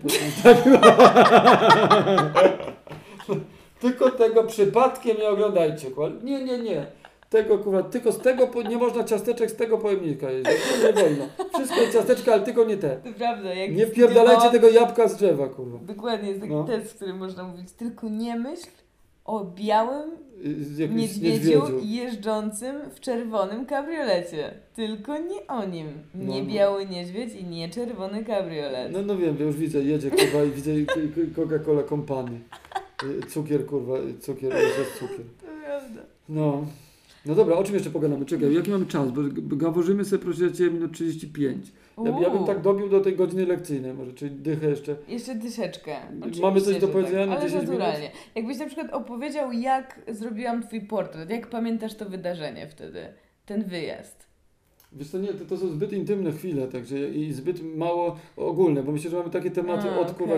Tylko tego przypadkiem nie oglądajcie. Nie. tego kurwa, tylko z tego nie można ciasteczek z tego pojemnika jeść. Nie wolno. Wszystko jest ciasteczka, ale tylko nie te. To prawda. Jak Nie wpierdalajcie studiowałam- tego jabłka z drzewa, kurwa. Dokładnie, jest taki No. test, w którym można mówić, tylko nie myśl o białym Z jakimś niedźwiedziu jeżdżącym w czerwonym kabriolecie. Tylko nie o nim. Nie No. biały niedźwiedź i nie czerwony kabriolet. No wiem, już widzę, jedzie kurwa i widzę Coca-Cola Company. Cukier kurwa, cukier, jest cukier. To prawda. No. No dobra, o czym jeszcze pogadamy? Czekaj, jaki mamy czas? Bo gaworzymy sobie, proszę Cię, minut 35. Ja bym tak dobił do tej godziny lekcyjnej może, czyli dychę jeszcze. Jeszcze dyszeczkę. Mamy coś do że powiedzenia na ale 10 minut? naturalnie. Jakbyś na przykład opowiedział, jak zrobiłam twój portret, jak pamiętasz to wydarzenie wtedy, ten wyjazd. Wiesz co, nie, to są zbyt intymne chwile, także i zbyt mało ogólne, bo myślę, że mamy takie tematy od kurwa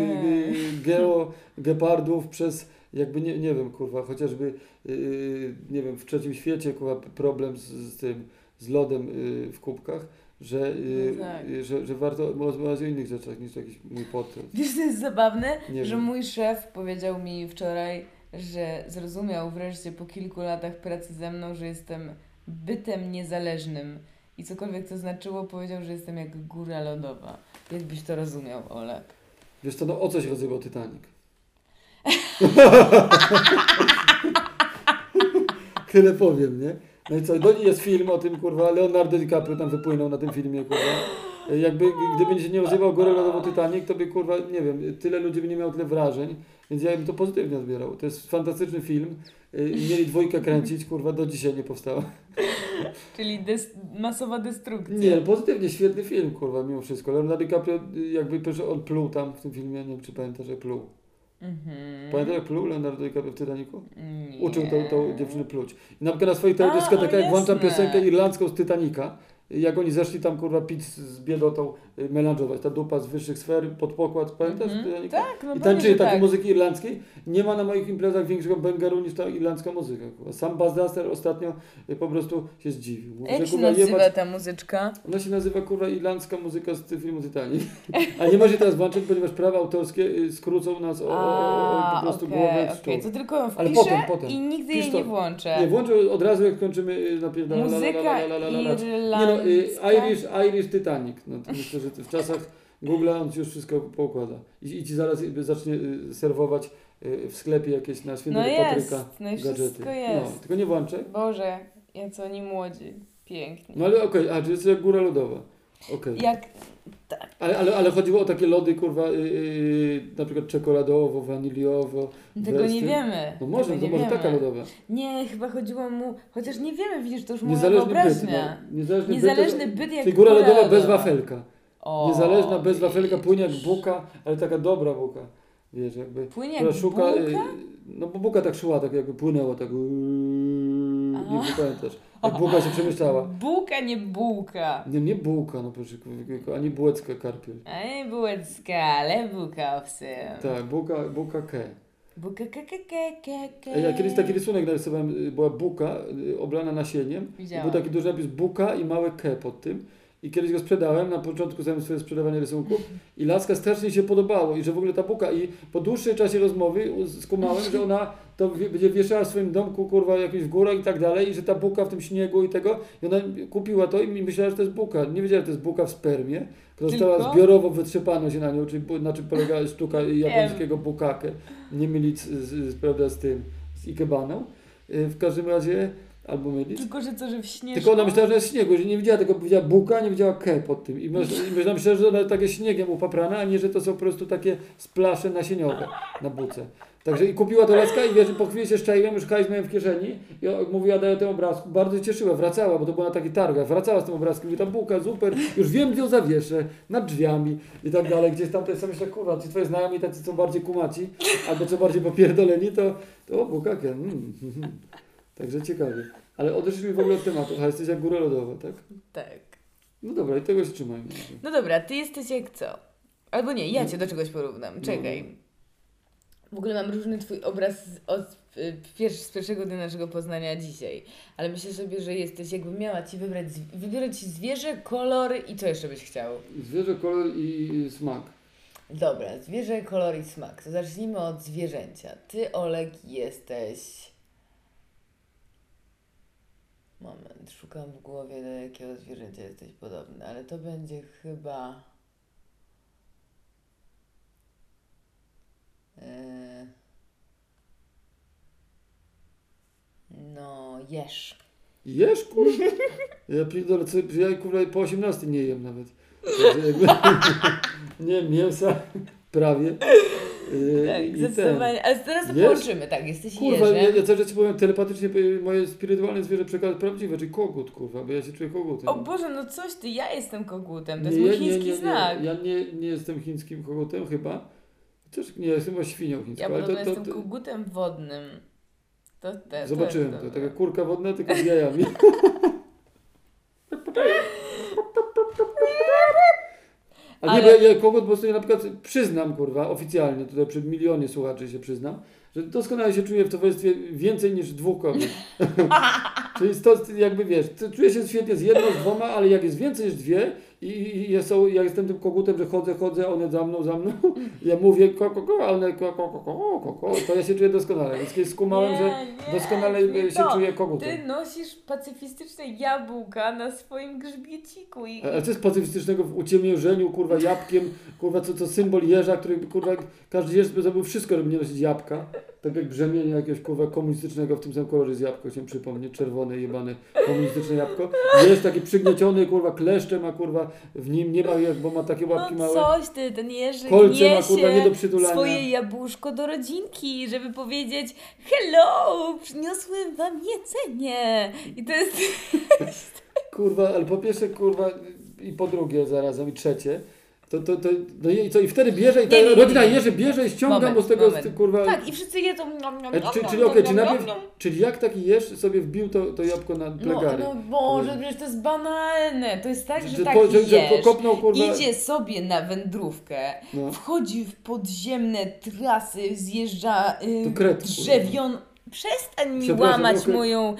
gepardów przez jakby nie wiem kurwa, chociażby nie wiem, w trzecim świecie kurwa problem z tym, z lodem w kubkach, że, No tak. że warto rozmawiać o innych rzeczach niż jakiś mój portret. Wiesz, to jest zabawne, Nie że wiem. mój szef powiedział mi wczoraj, że zrozumiał wreszcie po kilku latach pracy ze mną, że jestem bytem niezależnym. I cokolwiek to znaczyło, powiedział, że jestem jak góra lodowa. Jakbyś to rozumiał, Olek? Wiesz co, no o co się rozrywał Titanic? Tyle powiem, nie? No i co, jest film o tym, kurwa, Leonardo DiCaprio tam wypłynął na tym filmie, kurwa. Jakby, gdyby się nie rozrywał górę lodową Titanic, to by, kurwa, nie wiem, tyle ludzi by nie miało tyle wrażeń, więc ja bym to pozytywnie odbierał. To jest fantastyczny film. Mieli dwójkę kręcić, kurwa, do dzisiaj nie powstała. Czyli masowa destrukcja. Nie, pozytywnie, świetny film, kurwa, mimo wszystko. Leonardo DiCaprio, jakby pierwszy on pluł tam w tym filmie, nie wiem, czy pamiętasz, jak pluł. Pamiętasz, jak pluł Leonardo DiCaprio w Titanicu? Nie. Uczył tą dziewczynę pluć. I na przykład na swojej teledyskach, o, taka jak włączam jasne. piosenkę irlandzką z Titanica, jak oni zeszli tam, kurwa, pić z biedotą, melanżować. Ta dupa z wyższych sfer, pod pokład, pamiętasz? Titanica? Tak, no I pewnie, tańczyli że takiej tak. muzyki irlandzkiej. Nie ma na moich imprezach większego bęgaru niż ta irlandzka muzyka. Kurwa. Sam Buzz Duster ostatnio po prostu się zdziwił. Mówi, Jak że, się kurwa, nazywa ta muzyczka? Ona się nazywa, kurwa, irlandzka muzyka z filmu Titanic. A nie może teraz włączyć, ponieważ prawa autorskie skrócą nas o po prostu głowę w okej, to tylko ją Ale wpiszę potem. i nigdy Wpisz jej to. nie włączę. Nie, włączę od razu, jak kończymy napierdalać. Muzyka irlandzka. Irish Titanic. No to myślę, że w czasach Google'a on ci już wszystko poukłada. I ci zaraz zacznie serwować w sklepie jakieś na świętego Patryka no i gadżety. wszystko jest. No, tylko nie włączaj. Boże, jacy oni młodzi. Pięknie. No ale okej, to jest jak góra lodowa. Okej. Jak... Ale chodziło o takie lody, kurwa, na przykład czekoladowo, waniliowo. Tego nie wreszcie. wiemy. No może, Tego to nie może wiemy. taka lodowa. Nie, chyba chodziło mu... Chociaż nie wiemy, widzisz, to już moja Niezależny byt. wyobraźnia. No. Niezależny Niezależny byt. byt jak Czyli góra lodowa bez lodowa. wafelka. O, Niezależna, bez wafelka, widzisz. płynie jak buka, ale taka dobra buka. Wiesz, jakby. Płynie która jak szuka. bułka? No bo buka tak szła, tak jakby płynęła, tak. Nie pamiętasz. Jak buka się przemieszczała. Bułka, nie bułka. Nie bułka, no proszę, ani bułecka karpiel. A nie bułecka, ale bułka owsem. Tak, buka ke. Bułka, Ja kiedyś taki rysunek narysowałem, była buka oblana nasieniem. Widziałam. Był taki duży napis buka i małe ke pod tym. I kiedyś go sprzedałem, na początku zająłem swoje sprzedawanie rysunków i laska strasznie się podobało i że w ogóle ta buka i po dłuższej czasie rozmowy skumałem, że ona to będzie wieszała w swoim domku, kurwa, jakimś w górach i tak dalej i że ta buka w tym śniegu i tego i ona kupiła to i myślała, że to jest buka. Nie wiedziała, że to jest buka w spermie, która została Tylko? zbiorowo wytrzepano się na nią, czyli na czym polega sztuka japońskiego bukake, nie mylić prawda, z tym, z ikebaną. W każdym razie albo mylić. Tylko, że co, że w śnieżku? Tylko ona myślała, że jest śniegu, że nie widziała tego, widziała buka, nie widziała ke pod tym. I myślała, że ona takie śniegiem upaprane, a nie, że to są po prostu takie splasze nasieniowe na buce. Także i kupiła to laska i wiesz, po chwili się szczaiłem, już hajs miałem w kieszeni i mówiła, daję ten obrazku, bardzo się cieszyła, wracała, bo to była na takich targach, wracała z tym obrazkiem, mówi, ta buka, super, już wiem, gdzie ją zawieszę, nad drzwiami i tak dalej, gdzieś tam, to jest, myślę, kurwa, ci twoje znajomi tacy, co bardziej kumaci, albo co bardziej popierdoleni, to buka, Także ciekawie. Ale odeszliśmy w ogóle od tematu. A jesteś jak góra lodowa, tak? Tak. No dobra, i tego się trzymajmy. No dobra, ty jesteś jak co? Albo nie, ja cię do czegoś porównam. Czekaj. W ogóle mam różny twój obraz z pierwszego dnia naszego poznania dzisiaj. Ale myślę sobie, że jesteś, jakbym miała ci wybrać ci zwierzę, kolor i co jeszcze byś chciał? Zwierzę, kolor i smak. Dobra, zwierzę, kolor i smak. To zacznijmy od zwierzęcia. Ty, Olek, jesteś... Moment, szukam w głowie, do jakiego zwierzęcia jesteś podobny, ale to będzie chyba... No, jeż. Jesz, kurwa? Ja pierdolę, ja kurwa po 18 nie jem nawet. Także jakby, nie jem mięsa, prawie. Tak, zdecydowanie. Ale teraz to Jesz? połączymy, tak, jesteś Kurwa, jeżem. ja cały czas ci powiem telepatycznie, moje spirytualne zwierzę przekaz prawdziwe, czyli kogut, kurwa, bo ja się czuję kogutem. O Boże, no coś ty, ja jestem kogutem, to jest mój chiński znak. Ja nie jestem chińskim kogutem chyba. Chociaż nie, jestem chyba świnią chińską. Ja ale podobno jestem kogutem wodnym. Zobaczyłem to. taka kurka wodna, tylko z jajami. Ale nie, bo ja kogut po prostu ja na przykład przyznam, kurwa, oficjalnie, tutaj przed milionie słuchaczy się przyznam, że doskonale się czuję w towarzystwie więcej niż 2 kobiet. Czyli to jakby wiesz, czuję się świetnie z jedną, z 2, ale jak jest więcej niż 2 i ja jestem tym kogutem, że chodzę, one za mną, ja mówię a one to ja się czuję doskonale. Więc kiedyś skumałem, że doskonale się czuję kogutem. Ty nosisz pacyfistyczne jabłka na swoim grzbieciku. A co jest pacyfistycznego w uciemiężeniu, kurwa, jabłkiem, kurwa, co symbol jeża, który, kurwa, każdy jeż by zrobił wszystko, żeby nie nosić jabłka. Tak jak brzemienie jakiegoś, kurwa, komunistycznego w tym samym kolorze z jabłko, się przypomnie, czerwone, jebane, komunistyczne jabłko. Jest taki przygnieciony, kurwa, kleszczem, a kurwa, w nim nie ma, bo ma takie łapki małe. Coś ty, ten jeżyk Kolce ma, kurwa, nie do przytulania. swoje jabłuszko do rodzinki, żeby powiedzieć hello, przyniosłem wam jedzenie. I to jest... Kurwa, ale po pierwsze, kurwa, i po drugie zarazem, i trzecie, no i co, i wtedy bierze, i ta rodzina jeży bierze i ściąga mu z tego, kurwa... Tak, i wszyscy jedzą... Czyli jak taki jeż sobie wbił to jabłko na plegary? No Boże, przecież to jest banalne. To jest tak, że Że taki jeż kopnął, kurwa... idzie sobie na wędrówkę, wchodzi w podziemne trasy, zjeżdża drzewion... Przestań mi łamać moją...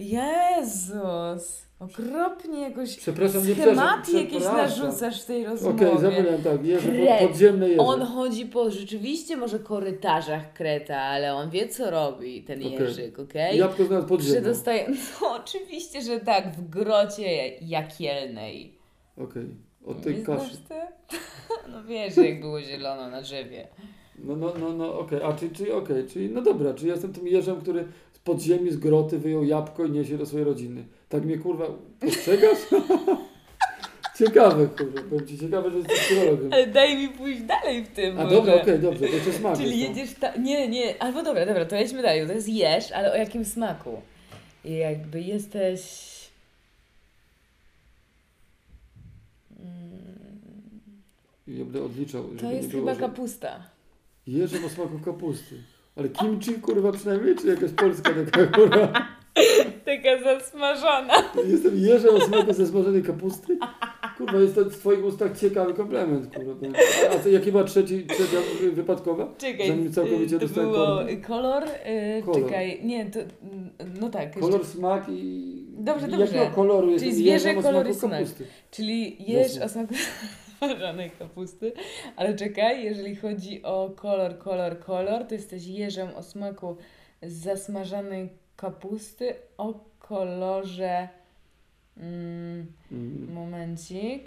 Jezus... Okropnie jakoś schematy jakieś narzucasz w tej rozmowie. Okej, zapomniałem, tak, podziemne jeże. On chodzi po rzeczywiście może korytarzach Kreta, ale on wie co robi, ten jeżyk, okej? Jabłko znalazł podziemne. Przedostaje... No oczywiście, że tak, w grocie jakielnej. Okej, od tej kaszy. No wiesz, jak było zielono na drzewie. Okej, czyli no dobra, czyli jestem tym jeżem, który z podziemi, z groty wyjął jabłko i niesie do swojej rodziny. Tak mnie, kurwa, postrzegasz? Ciekawe, kurwa, powiem ci, ciekawe, że jesteś psychologiem. Ale daj mi pójść dalej w tym. A dobra, okej, dobrze, to jeszcze smak. Czyli jedziesz nie, albo dobra, to jedźmy dalej, to jest jeż, ale o jakim smaku? I jakby jesteś... Ja będę odliczał. To jest chyba kapusta. Jeżem o smaku kapusty. Ale kimchi, kurwa, przynajmniej, czy jakaś polska taka, kurwa? Taka zasmażona. Jestem jeżem o smaku zasmażonej kapusty? Kurwa, jest to w twoich ustach ciekawy komplement, kurwa. A jaki była trzecia wypadkowa? Czekaj, zanim całkowicie to było kolor, czekaj, nie, to, no tak. Kolor, jeszcze... smak i... Dobrze. Jakiego koloru jest zwierzę, kolor i smak. Kapusty? Czyli jeż o smaku zasmażonej kapusty, ale czekaj, jeżeli chodzi o kolor, to jesteś jeżem o smaku zasmażonej kapusty o kolorze... Momencik.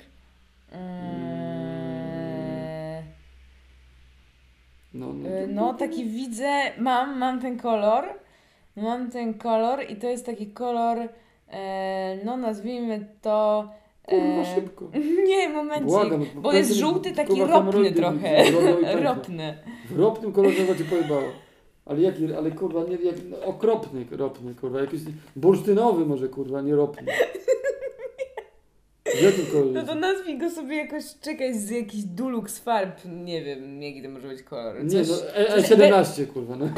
No, taki widzę, mam ten kolor. Mam ten kolor i to jest taki kolor, no nazwijmy to... Kurwa, szybko. Nie, momencik, Błagam, bo jest żółty, taki ropny trochę. Ropny. W ropnym kolorze cię pojebało. Ale jaki, ale kurwa, nie jak, okropny, kurwa, jakiś bursztynowy może, kurwa, nie ropny. No to nazwij go sobie jakoś, czekaj, z jakiś Dulux farb, nie wiem, jaki to może być kolor. Nie, no, E17, kurwa, no.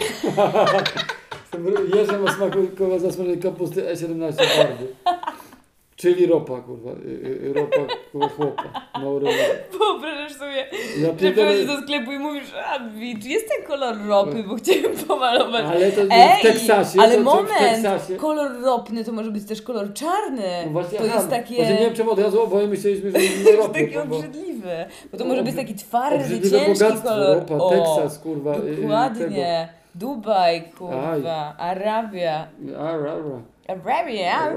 Jeżem o smaku, kurwa, zasmażonej kapusty E17 farby. Czyli ropa, kurwa, kurwa, chłopa. Wyobrażasz sobie, że przychodzisz do sklepu i mówisz, czy jest ten kolor ropy, bo chciałem pomalować. Ale to w Teksasie. Ale moment, kolor ropny to może być też kolor czarny. No właśnie, to jest takie... Właśnie nie wiem czemu od razu oboje myśleliśmy, że nie ropy. To jest takie obrzydliwe, bo to może być taki twardy, ciężki kolor. Ropa, Teksas, kurwa. Dokładnie. Dubaj, kurwa, Arabia. Arabia.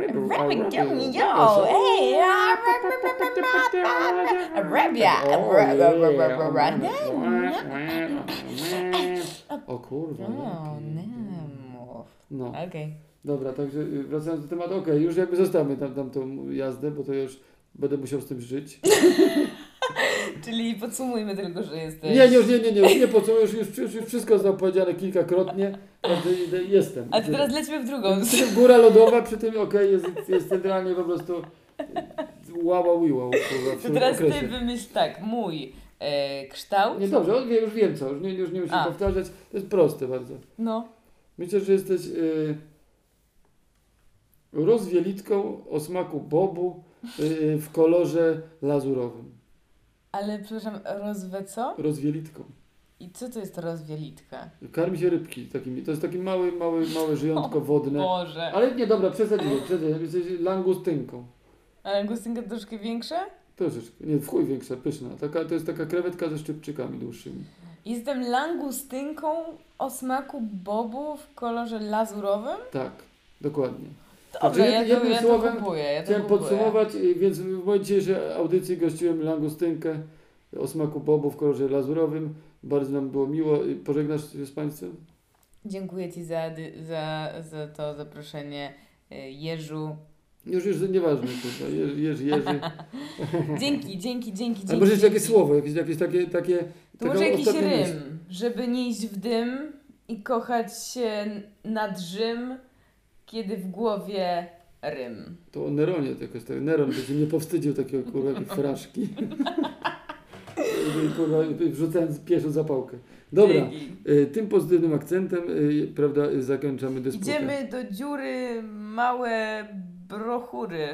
O kurwa. No. Okej. Dobra, także wracając do tematu, okej, już jakby zostawmy tam tą jazdę, bo to już będę musiał z tym żyć. Czyli podsumujmy tylko, że jesteś... Nie podsumuję, już wszystko zostało powiedziane kilkakrotnie, także jestem. A teraz lećmy w drugą. Przy tym góra lodowa, przy tym jest centralnie po prostu wow. To teraz ty wymyśl tak, mój kształt. Nie, dobrze, już wiem co, już nie musimy powtarzać, to jest proste bardzo. No. Myślę, że jesteś rozwielitką o smaku bobu w kolorze lazurowym. Ale przepraszam, co? Rozwielitką. I co to jest rozwielitka? Karmi się rybki takimi. To jest takie małe żyjątko wodne. Boże. Ale nie, dobra, przesadziłem. Jesteś langustynką. A langustynka troszkę większa? Troszeczkę. Nie, w chuj większa, pyszna. To jest taka krewetka ze szczypczykami dłuższymi. Jestem langustynką o smaku bobu w kolorze lazurowym? Tak, dokładnie. Dobrze, jednym ja słowem to kupuję. Chciałem podsumować, więc w mojej dzisiejszej audycji gościłem langustynkę o smaku bobu w kolorze lazurowym. Bardzo nam było miło. Pożegnasz się z Państwem? Dziękuję Ci za to zaproszenie, Jerzu. Już nieważne, kurwa. Jerzy. Dzięki. Ale może jeszcze jakieś słowo, jakieś takie... To może jakiś rym, żeby nie iść w dym i kochać się nad Rzym, kiedy w głowie rym. To o Neronie, to jakoś tak. Neron by się nie powstydził takiego kurwa fraszki. Kurwa, wrzucając pierwszą zapałkę. Dobra, tym pozytywnym akcentem, prawda, zakończamy dysputę. Idziemy do dziury małe brochury.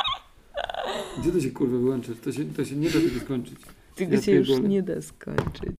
Gdzie to się kurwa wyłącza? To się nie da tego skończyć. Tego się już nie da skończyć.